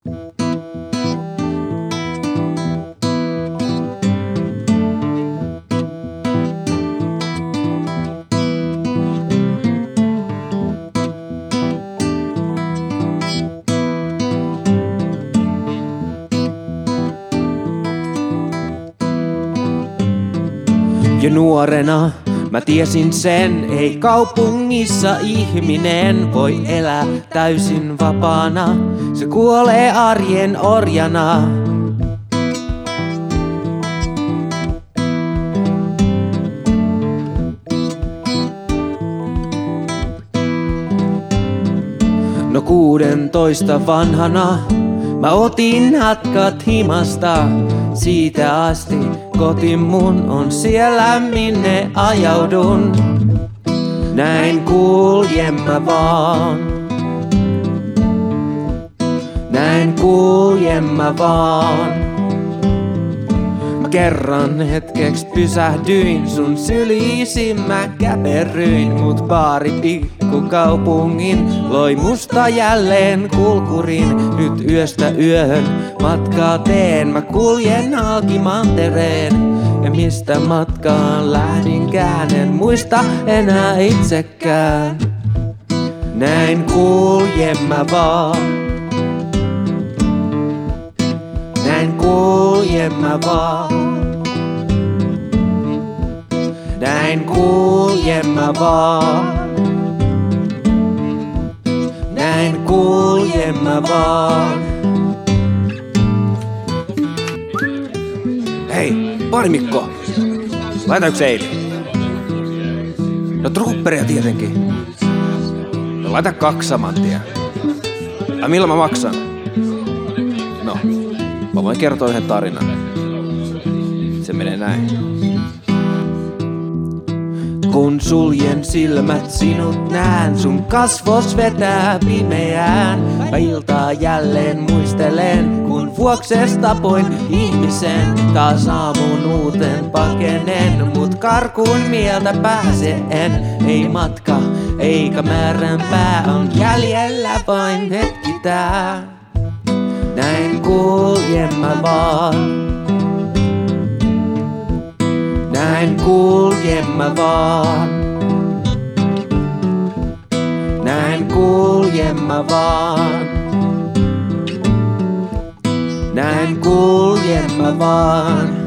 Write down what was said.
Jo nuorena mä tiesin sen, ei kaupungissa ihminen voi elää täysin vapaana. Se kuolee arjen orjana. No 16 vanhana mä otin hatkat himasta. Siitä asti koti mun on siellä minne ajaudun. Näin kuljen mä vaan. Näin kuljen mä vaan. Mä kerran hetkeksi pysähdyin sun syliisi mä käperryin. Mut baari pikkukaupungin loi musta jälleen kulkurin. Nyt yöstä yöhön matkaa teen. Mä kuljen halki mantereen. Ja mistä matkaan lähdinkään en muista enää itsekään. Näin kuljen mä vaan. Näin kuljen mä vaan. Näin kuljen mä vaan. Näin kuljen mä vaan. Hei, Mikko. Laita yksi eili. No trupperia tietenkin. No laita 2 saman tien. Ja millä mä maksan? No, mä voin kertoa yhden tarinan. Se menee näin. Kun suljen silmät sinut näen, sun kasvos vetää pimeään. Mä iltaa jälleen muistelen, kun vuokses tapoin ihmisen. Taas aamun uuteen pakenen, mut karkuun mieltä pääse en. Ei matka, eikä määränpää, on jäljellä vain hetki tää. Näin kuljen mä vaan. Näin kuljen mä vaan. Näin kuljen mä vaan. Näin kuljen mä vaan.